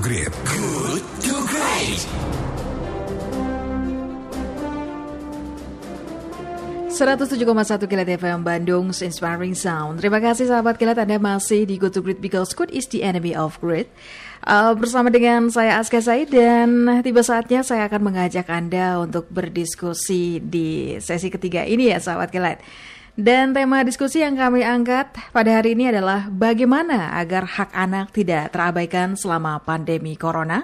Great. Good to Great. 107,1 Kilat FM Bandung, Inspiring Sound. Terima kasih sahabat Kilat, Anda masih di Good to Great because good is the enemy of great. Bersama dengan saya Aska Said, dan tiba saatnya saya akan mengajak Anda untuk berdiskusi di sesi ketiga ini ya sahabat Kilat. Dan tema diskusi yang kami angkat pada hari ini adalah bagaimana agar hak anak tidak terabaikan selama pandemi Corona.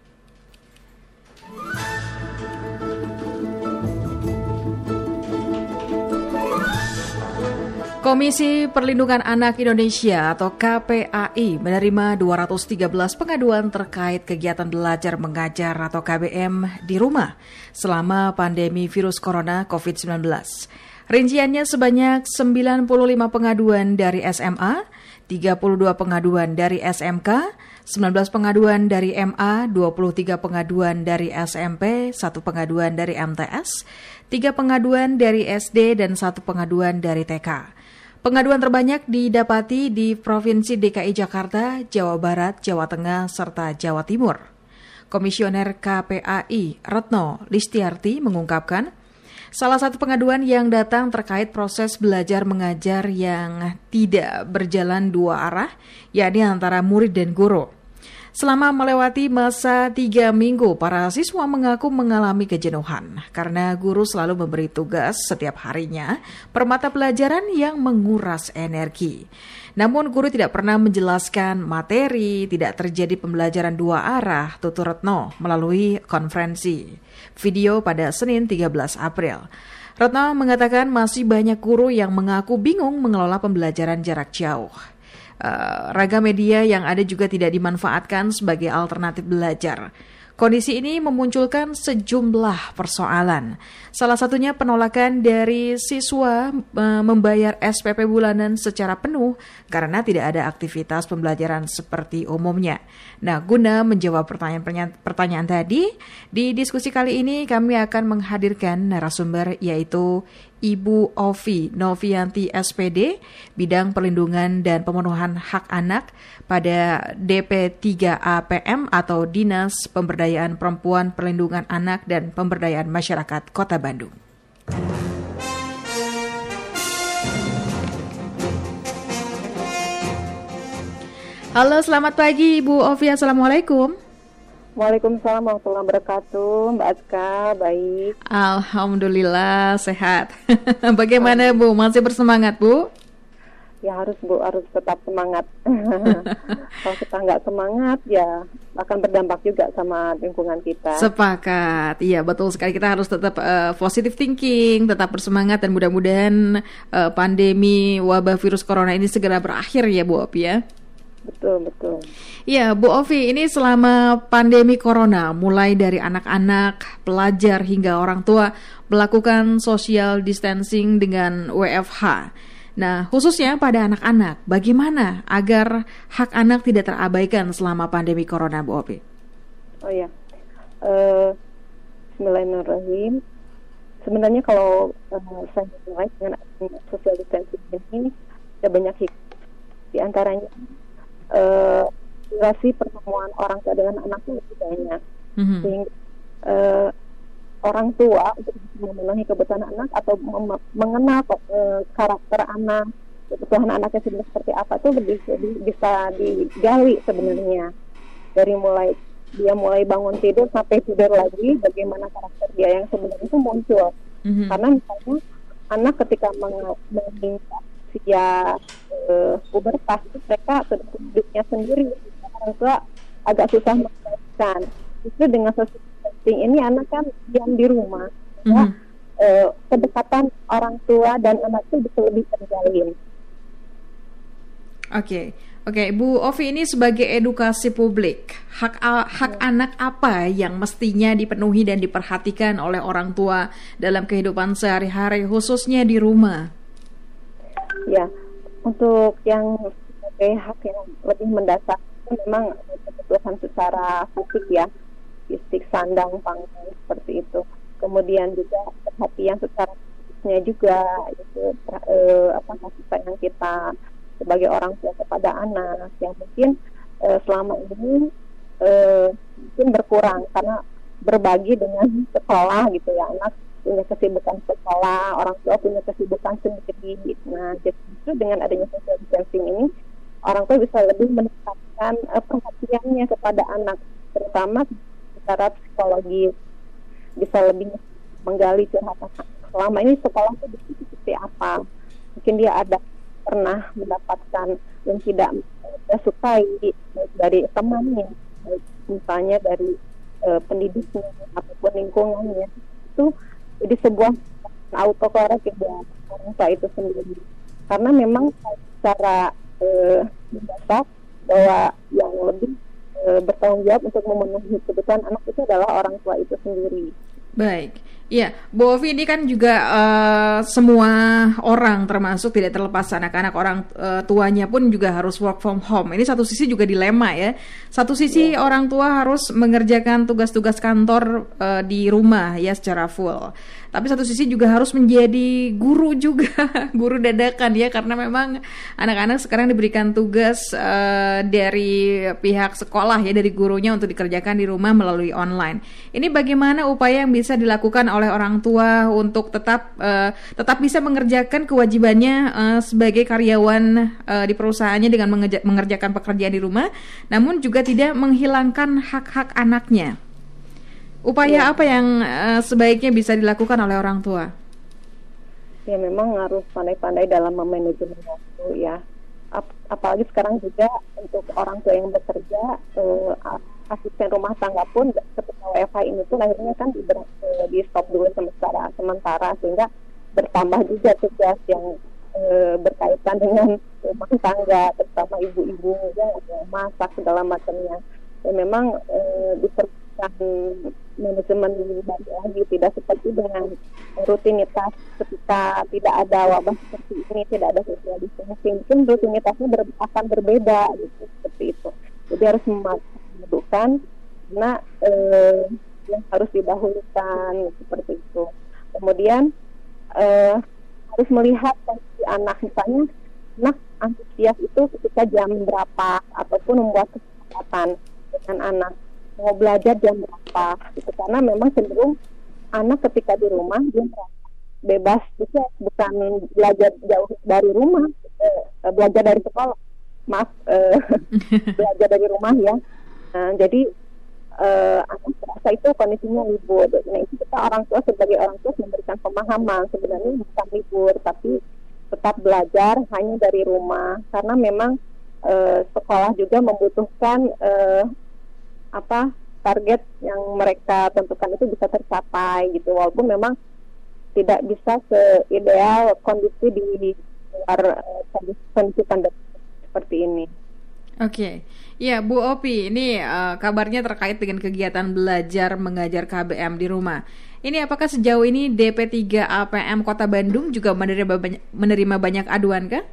Komisi Perlindungan Anak Indonesia atau KPAI menerima 213 pengaduan terkait kegiatan belajar mengajar atau KBM di rumah selama pandemi virus corona COVID-19. Rinciannya sebanyak 95 pengaduan dari SMA, 32 pengaduan dari SMK, 19 pengaduan dari MA, 23 pengaduan dari SMP, 1 pengaduan dari MTS, 3 pengaduan dari SD, dan 1 pengaduan dari TK. Pengaduan terbanyak didapati di Provinsi DKI Jakarta, Jawa Barat, Jawa Tengah, serta Jawa Timur. Komisioner KPAI Retno Listiarti mengungkapkan, salah satu pengaduan yang datang terkait proses belajar mengajar yang tidak berjalan dua arah, yakni antara murid dan guru. Selama melewati masa 3 minggu, para siswa mengaku mengalami kejenuhan karena guru selalu memberi tugas setiap harinya per mata pelajaran yang menguras energi. Namun guru tidak pernah menjelaskan materi, tidak terjadi pembelajaran dua arah, tutur Retno melalui konferensi video pada Senin 13 April. Retno mengatakan masih banyak guru yang mengaku bingung mengelola pembelajaran jarak jauh. Ragam media yang ada juga tidak dimanfaatkan sebagai alternatif belajar. Kondisi ini memunculkan sejumlah persoalan. Salah satunya penolakan dari siswa membayar SPP bulanan secara penuh karena tidak ada aktivitas pembelajaran seperti umumnya. Nah, guna menjawab pertanyaan tadi, di diskusi kali ini kami akan menghadirkan narasumber yaitu Ibu Ovi Novianti SPD, Bidang Perlindungan dan Pemenuhan Hak Anak pada DP3APM atau Dinas Pemberdayaan Perempuan, Perlindungan Anak dan Pemberdayaan Masyarakat Kota Bandung. Halo, selamat pagi Ibu Ovi, Assalamualaikum. Waalaikumsalam warahmatullahi wabarakatuh, Mbak Aska, baik. Alhamdulillah, sehat. Bagaimana Bu, masih bersemangat Bu? Ya harus Bu, harus tetap semangat. Kalau kita nggak semangat, ya akan berdampak juga sama lingkungan kita. Sepakat, iya betul sekali. Kita harus tetap positive thinking, tetap bersemangat, dan mudah-mudahan pandemi wabah virus corona ini segera berakhir ya Bu Ovi ya. Betul. Ya, Bu Ovi, ini selama pandemi corona, mulai dari anak-anak, pelajar, hingga orang tua melakukan social distancing dengan WFH. Nah, khususnya pada anak-anak, bagaimana agar hak anak tidak terabaikan selama pandemi corona, Bu Ovi? Oh ya, Bismillahirrahmanirrahim. Sebenarnya kalau saya mulai dengan social distancing ini, ada banyak hikmah. Di antaranya, durasi pertemuan orang tua dengan anak itu lebih banyak, sehingga orang tua untuk memenuhi kebutuhan anak atau mengenal karakter anak, kebutuhan anaknya seperti apa itu lebih bisa digali sebenarnya, dari dia mulai bangun tidur sampai tidur lagi, bagaimana karakter dia yang sebenarnya itu muncul. Karena misalnya anak ketika menginjak usia pubertas itu mereka sudah hidupnya sendiri, orang tua agak susah menjelaskan. Justru dengan social distancing ini anak kan diam di rumah, kedekatan orang tua dan anak itu bisa lebih terjalin. Oke, Bu Ovi, ini sebagai edukasi publik, hak anak apa yang mestinya dipenuhi dan diperhatikan oleh orang tua dalam kehidupan sehari-hari, khususnya di rumah? Ya, untuk yang sebagai hak yang lebih mendasar itu memang kebutuhan secara fisik ya, fisik, sandang, pangan, seperti itu. Kemudian juga perhatian secara fisiknya juga, itu kasih sayang kita sebagai orang tua kepada anak yang mungkin selama ini mungkin berkurang karena berbagi dengan sekolah gitu ya, anak punya kesibukan sekolah, orang tua punya kesibukan sendiri. Nah, jadi justru dengan adanya social distancing ini, orang tua bisa lebih meningkatkan perhatiannya kepada anak, terutama secara psikologis, bisa lebih menggali curhatan selama ini sekolah itu seperti apa. Mungkin dia ada pernah mendapatkan yang tidak dia sukai dari temannya, misalnya dari pendidiknya ataupun lingkungannya, itu jadi sebuah autokorek buat orang tua itu sendiri, karena memang secara mendasar bahwa yang lebih bertanggung jawab untuk memenuhi kebutuhan anak itu adalah orang tua itu sendiri. Baik, iya, Bu Ovi, ini kan juga semua orang, termasuk tidak terlepas anak-anak, orang tuanya pun juga harus work from home. Ini satu sisi juga dilema ya. Satu sisi orang tua harus mengerjakan tugas-tugas kantor di rumah ya secara full. Tapi satu sisi juga harus menjadi guru juga, guru dadakan ya, karena memang anak-anak sekarang diberikan tugas dari pihak sekolah ya, dari gurunya untuk dikerjakan di rumah melalui online. Ini bagaimana upaya yang bisa dilakukan oleh orang tua untuk tetap bisa mengerjakan kewajibannya sebagai karyawan di perusahaannya dengan mengerjakan pekerjaan di rumah, namun juga tidak menghilangkan hak-hak anaknya. Upaya apa yang sebaiknya bisa dilakukan oleh orang tua? Ya, memang harus pandai-pandai dalam memanajemen waktu ya. Apalagi sekarang juga untuk orang tua yang bekerja, asisten rumah tangga pun ketika WFH ini pun akhirnya kan di stop dulu sementara, sehingga bertambah juga tugas yang berkaitan dengan rumah tangga, terutama ibu-ibu ya, masak segala macamnya. Ya, memang diperlukan manajemen baru lagi, tidak seperti dengan rutinitas ketika tidak ada wabah seperti ini, tidak ada social distancing, mungkin rutinitasnya akan berbeda gitu, seperti itu. Jadi harus memadukan karena yang harus didahulukan seperti itu. Kemudian harus melihat kondisi anak, misalnya anak antusias itu ketika jam berapa, ataupun membuat kesepakatan dengan anak mau belajar jam berapa gitu, karena memang cenderung anak ketika di rumah dia bebas, itu bukan belajar jauh dari rumah, belajar dari sekolah, belajar dari rumah ya. Nah, jadi anak merasa itu kondisinya libur. Nah, itu kita orang tua sebagai orang tua memberikan pemahaman sebenarnya bukan libur, tapi tetap belajar hanya dari rumah, karena memang sekolah juga membutuhkan target yang mereka tentukan itu bisa tercapai gitu, walaupun memang tidak bisa seideal kondisi di luar kondisi pandemi seperti ini. Oke, ya Bu Opi, ini kabarnya terkait dengan kegiatan belajar mengajar KBM di rumah. Ini apakah sejauh ini DP3 APM Kota Bandung juga menerima banyak aduan kah?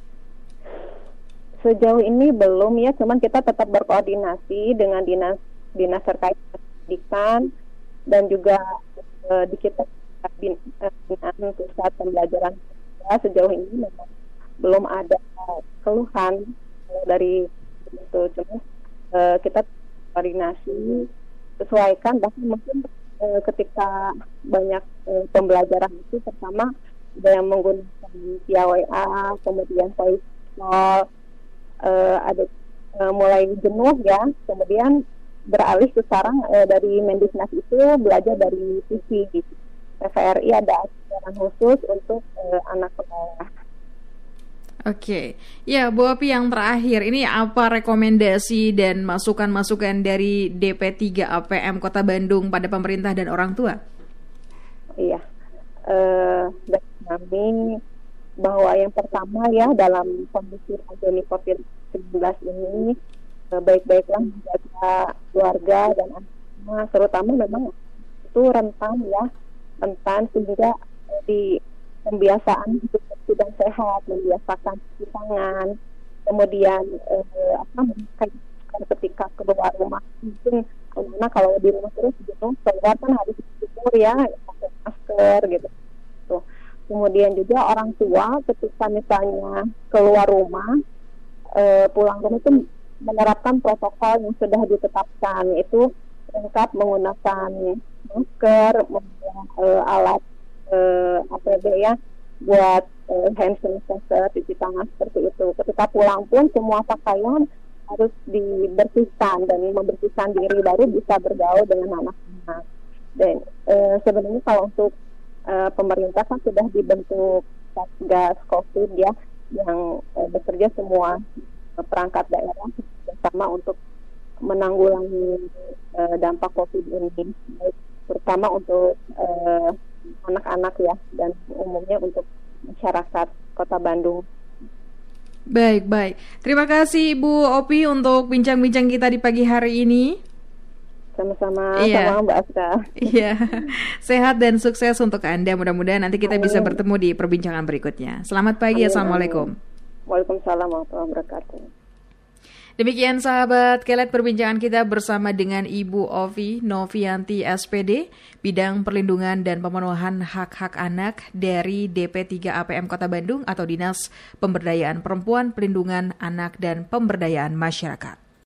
Sejauh ini belum ya, cuman kita tetap berkoordinasi dengan dinas terkait pendidikan dan juga di kita binaan pusat pembelajaran. Sejauh ini memang belum ada keluhan dari itu, cuma kita koordinasi sesuaikan, bahkan mungkin ketika banyak pembelajaran itu pertama ada yang menggunakan via WA, kemudian voice call, ada mulai jenuh ya, kemudian beralih ke sekarang dari Mendiknas itu belajar dari TV gitu. TVRI ada ajaran khusus untuk anak sekolah. Oke, ya Bu Opi, yang terakhir ini apa rekomendasi dan masukan-masukan dari DP3 APM Kota Bandung pada pemerintah dan orang tua? Iya, dari kami bahwa yang pertama ya, dalam kondisi pandemi COVID-19 ini baik-baiklah menjaga keluarga dan anak, terutama memang itu rentan sehingga di pembiasaan hidup bersih dan sehat, membiasakan cuci tangan, kemudian ketika keluar rumah, mungkin karena kalau di rumah terus gitu keluar kan harus dicukur ya, pakai masker gitu. Tuh. Kemudian juga orang tua ketika misalnya keluar rumah, pulang rumah itu menerapkan protokol yang sudah ditetapkan, yaitu lengkap menggunakan masker, alat APD ya, buat hand sanitizer, cuci tangan seperti itu. Ketika pulang pun semua pakaian harus dibersihkan dan membersihkan diri, baru bisa bergaul dengan anak-anak. Dan sebenarnya kalau untuk pemerintah kan sudah dibentuk Satgas COVID ya, yang bekerja semua perangkat daerah bersama untuk menanggulangi dampak COVID ini, terutama untuk anak-anak ya, dan umumnya untuk masyarakat Kota Bandung. Baik. Terima kasih Ibu Opi untuk bincang-bincang kita di pagi hari ini. Sama-sama, sama Mbak Aska. Iya, sehat dan sukses untuk Anda. Mudah-mudahan nanti kita bisa bertemu di perbincangan berikutnya. Selamat pagi, Assalamualaikum. Waalaikumsalam warahmatullahi wabarakatuh. Demikian sahabat Kelet perbincangan kita bersama dengan Ibu Ovi Novianti SPD, Bidang Perlindungan dan Pemenuhan Hak-Hak Anak dari DP3 APM Kota Bandung atau Dinas Pemberdayaan Perempuan, Perlindungan Anak dan Pemberdayaan Masyarakat.